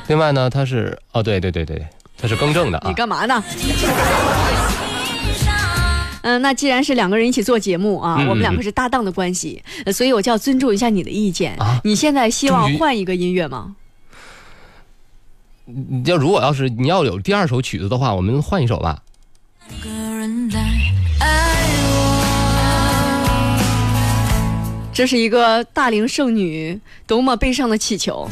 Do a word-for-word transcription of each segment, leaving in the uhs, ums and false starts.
另外呢，他是哦，对对对对，他是更正的啊。 你干嘛呢？嗯、呃，那既然是两个人一起做节目啊，嗯、我们两个是搭档的关系，呃、所以我就要尊重一下你的意见啊。你现在希望换一个音乐吗？ 你要如果要是你要有第二首曲子的话，我们换一首吧。 这是一个大龄剩女多么悲伤的祈求。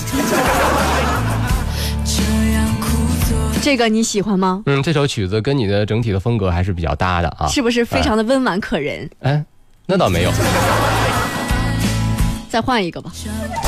这个你喜欢吗？ 嗯，这首曲子跟你的整体的风格还是比较搭的啊， 是不是非常的温婉可人？ 哎，那倒没有。 再换一个吧，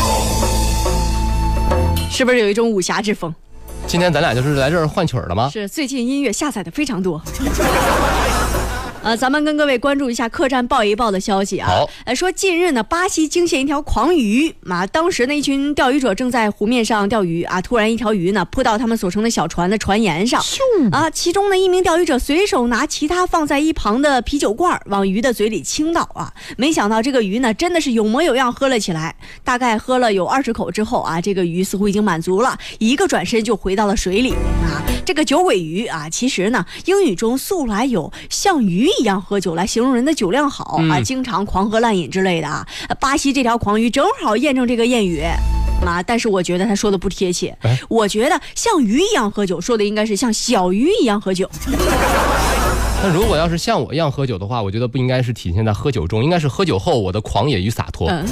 是不是有一种武侠之风？ 今天咱俩就是来这儿换曲儿了吗？ 是，最近音乐下载的非常多。呃，咱们跟各位关注一下客栈报一报的消息啊。 好， 呃，说近日呢，巴西惊现一条狂鱼啊，当时呢，一群钓鱼者正在湖面上钓鱼啊，突然一条鱼呢扑到他们所乘的小船的船沿上啊，其中呢一名钓鱼者随手拿其他放在一旁的啤酒罐往鱼的嘴里倾倒啊，没想到这个鱼呢真的是有模有样喝了起来，大概喝了有二十口之后啊，这个鱼似乎已经满足了，一个转身就回到了水里啊。这个酒鬼鱼啊，其实呢英语中素来有像鱼一样喝酒来形容人的酒量好、嗯、啊，经常狂喝滥饮之类的啊。巴西这条狂鱼正好验证这个谚语啊，但是我觉得他说的不贴切、哎、我觉得像鱼一样喝酒说的应该是像小鱼一样喝酒。 那如果要是像我一样喝酒的话，我觉得不应该是体现在喝酒中，应该是喝酒后我的狂野与洒脱。嗯，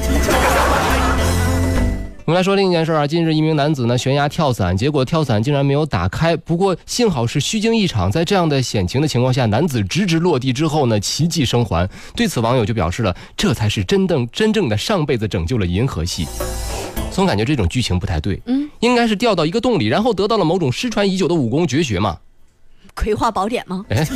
我们来说另一件事啊，近日一名男子呢悬崖跳伞，结果跳伞竟然没有打开，不过幸好是虚惊一场，在这样的险情的情况下，男子直直落地之后呢奇迹生还。对此网友就表示了，这才是真正真正的上辈子拯救了银河系。总感觉这种剧情不太对，嗯，应该是掉到一个洞里，然后得到了某种失传已久的武功绝学嘛。 葵花宝典吗？哎，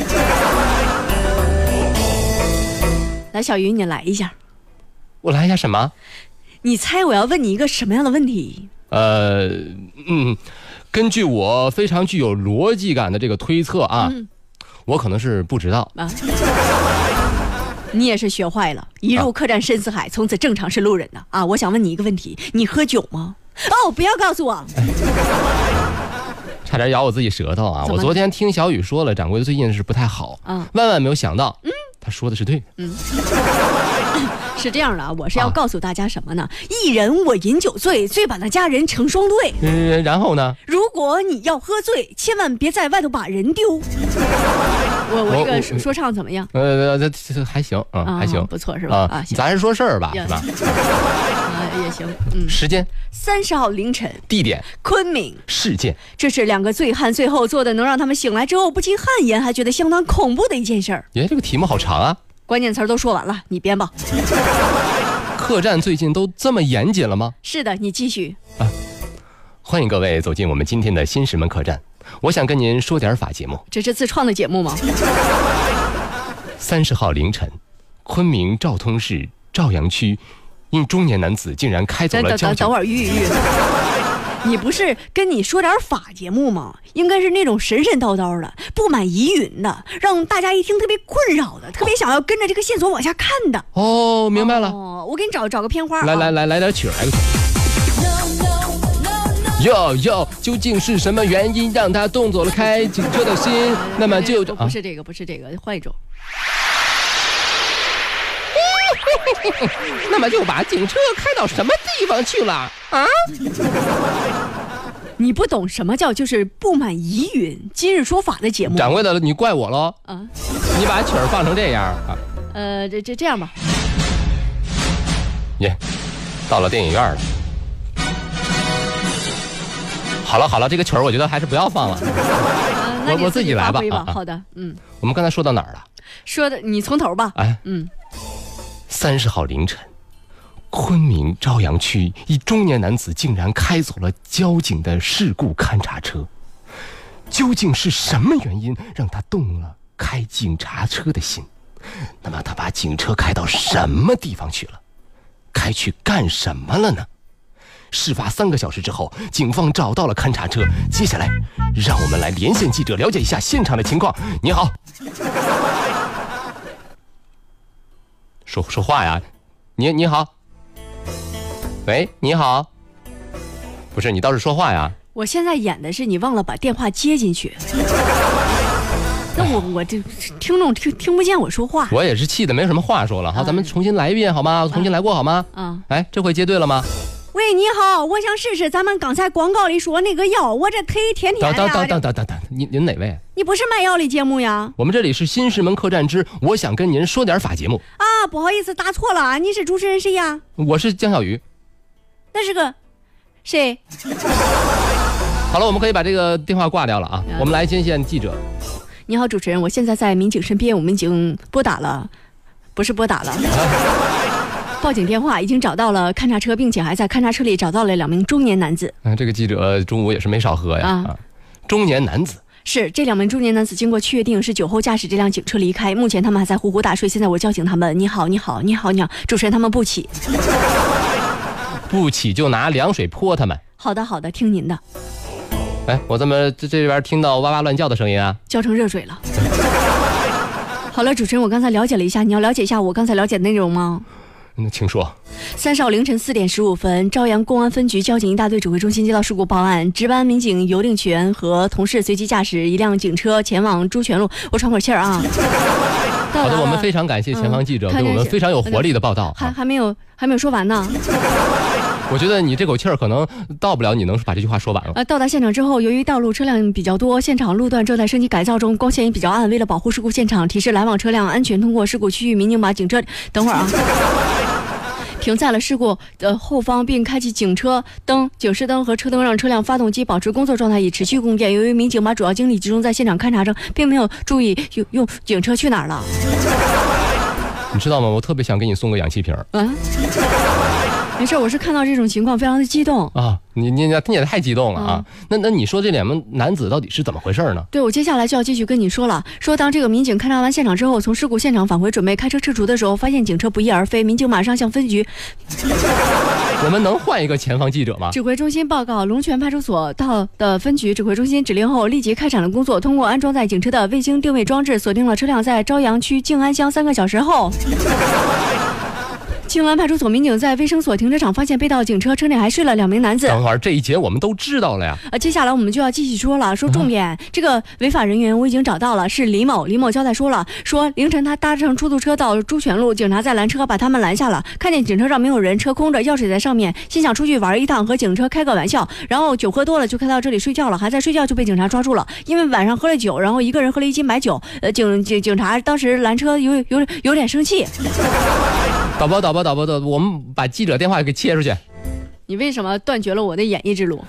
来，小鱼你来一下。 我来一下什么？ 你猜我要问你一个什么样的问题？ 呃，嗯，根据我非常具有逻辑感的这个推测啊，嗯、我可能是不知道啊。 你也是学坏了，一入客栈深似海，从此正常是路人的啊！我想问你一个问题，你喝酒吗？哦，不要告诉我。哎， 差点咬我自己舌头啊！我昨天听小雨说了，掌柜的最近是不太好，嗯，万万没有想到，嗯，他说的是对的，嗯。 是这样的啊，我是要告诉大家什么呢？啊、一人我饮酒醉，醉把那家人成双对。 嗯，然后呢？ 如果你要喝醉，千万别在外头把人丢。我我这个说说唱怎么样？ 呃，这这还行，嗯，啊、还行， 不错是吧？ 啊，咱是说事儿吧，是吧？ 啊，也行，嗯。 时间三十号凌晨， 地点昆明。 事件， 这是两个醉汉最后做的能让他们醒来之后不禁汗颜，还觉得相当恐怖的一件事儿。 耶，这个题目好长啊。 关键词都说完了，你编吧。 客栈最近都这么严谨了吗？ 是的，你继续啊！欢迎各位走进我们今天的新石门客栈，我想跟您说点法节目。 这是自创的节目吗？ 三十号凌晨，昆明昭通市昭阳区，因中年男子竟然开走了交警。 等等等会儿，玉玉。你不是跟你说点法节目吗？应该是那种神神叨叨的、布满疑云的，让大家一听特别困扰的，特别想要跟着这个线索往下看的。 哦，明白了。 哦，我给你找找个片花。 来来来来点曲儿，来个曲儿。哟哟，究竟是什么原因让他动走了开警车的心？那么就不不是这个，不是这个，换一种。 那么就把警车开到什么地方去了啊？ 你不懂什么叫就是布满疑云。今日说法的节目， 掌柜的，你怪我喽啊！你把曲儿放成这样啊？ 呃，这这这样吧。 耶，到了电影院了。好了好了，这个曲儿我觉得还是不要放了。 呃、那我我自己来吧。 吧好的，嗯。 我们刚才说到哪儿了？ 说的你从头吧。 哎，嗯。三十号凌晨，昆明昭阳区一中年男子竟然开走了交警的事故勘察车，究竟是什么原因让他动了开警察车的心？那么他把警车开到什么地方去了？开去干什么了呢？事发三个小时之后，警方找到了勘察车。接下来，让我们来连线记者了解一下现场的情况。你好。说说话呀，你你好，喂，你好，不是你倒是说话呀。 我现在演的是你忘了把电话接进去。那我我这听众听听不见我说话。 我也是气的没什么话说了。好，咱们重新来一遍好吗？重新来过好吗？ 啊， 哎，这回接对了吗？ 喂，你好，我想试试咱们刚才广告里说那个药，我这腿天天的。 等等等等等等，您您哪位？ 你不是卖药的节目呀？ 我们这里是新石门客栈之我想跟您说点法节目。 啊，不好意思，打错了，你是主持人谁呀？ 我是江小鱼。 那是个谁？ 好了，我们可以把这个电话挂掉了啊。我们来接线记者。 你好，主持人，我现在在民警身边，我们已经拨打了，不是拨打了。报警电话已经找到了勘察车，并且还在勘察车里找到了两名中年男子。 啊，这个记者中午也是没少喝呀。啊，啊中年男子是这两名中年男子，经过确定是酒后驾驶这辆警车离开，目前他们还在呼呼大睡。现在我叫醒他们，你好，你好，你好，你好，主持人他们不起， 不起就拿凉水泼他们。 好的，好的，听您的。 哎，我怎么这这边听到哇哇乱叫的声音啊？ 浇成热水了。好了，主持人，我刚才了解了一下，你要了解一下我刚才了解的内容吗？ 那请说。 三十号凌晨四点十五分，朝阳公安分局交警一大队指挥中心接到事故报案，值班民警尤令全和同事随即驾驶一辆警车前往朱全路。我喘口气儿啊。 好的，我们非常感谢前方记者对我们非常有活力的报道。 还还没有还没有说完呢。 我觉得你这口气儿可能到不了你能把这句话说完了。 呃，到达现场之后，由于道路车辆比较多，现场路段正在升级改造中，光线也比较暗。为了保护事故现场，提示来往车辆安全通过事故区域，民警把警车等会儿啊。停在了事故的后方，并开启警车灯、警示灯和车灯，让车辆发动机保持工作状态，以持续供电。由于民警把主要精力集中在现场勘查中，并没有注意用用警车去哪儿了。 你知道吗？我特别想给你送个氧气瓶。 嗯。没事，我是看到这种情况非常的激动啊！你你你也太激动了啊！嗯、那那你说这两名男子到底是怎么回事呢？ 对，我接下来就要继续跟你说了。说当这个民警勘察完现场之后，从事故现场返回准备开车撤除的时候，发现警车不翼而飞，民警马上向分局。 我们能换一个前方记者吗？ 指挥中心报告，龙泉派出所到的分局指挥中心指令后，立即开展了工作。通过安装在警车的卫星定位装置，锁定了车辆在朝阳区静安乡。三个小时后。静安派出所民警在卫生所停车场发现被盗警车，车内还睡了两名男子。 等会儿这一节我们都知道了呀。 呃，接下来我们就要继续说了，说重点。嗯、这个违法人员我已经找到了，是李某。李某交代说了，说凌晨他搭乘出租车到朱全路，警察在拦车，把他们拦下了。看见警车上没有人，车空着，钥匙在上面，心想出去玩一趟，和警车开个玩笑。然后酒喝多了，就开到这里睡觉了，还在睡觉就被警察抓住了。因为晚上喝了酒，然后一个人喝了一斤白酒。呃，警警警察当时拦车有有有点生气。 导播，导播，导播的，我们把记者电话给切出去。 你为什么断绝了我的演艺之路？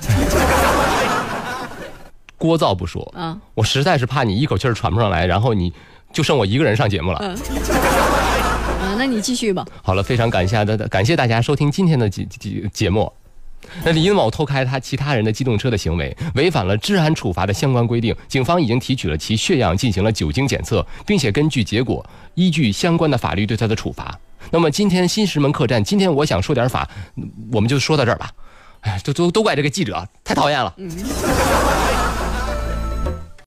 聒噪不说，嗯，我实在是怕你一口气儿喘不上来，然后你就剩我一个人上节目了。嗯， 啊，那你继续吧。 好了，非常感谢的，感谢大家收听今天的节节节目。那李某偷开他其他人的机动车的行为，违反了治安处罚的相关规定，警方已经提取了其血样，进行了酒精检测，并且根据结果，依据相关的法律对他的处罚。那么今天新石门客栈，今天我想说点法，我们就说到这儿吧。哎，都都都怪这个记者太讨厌了。嗯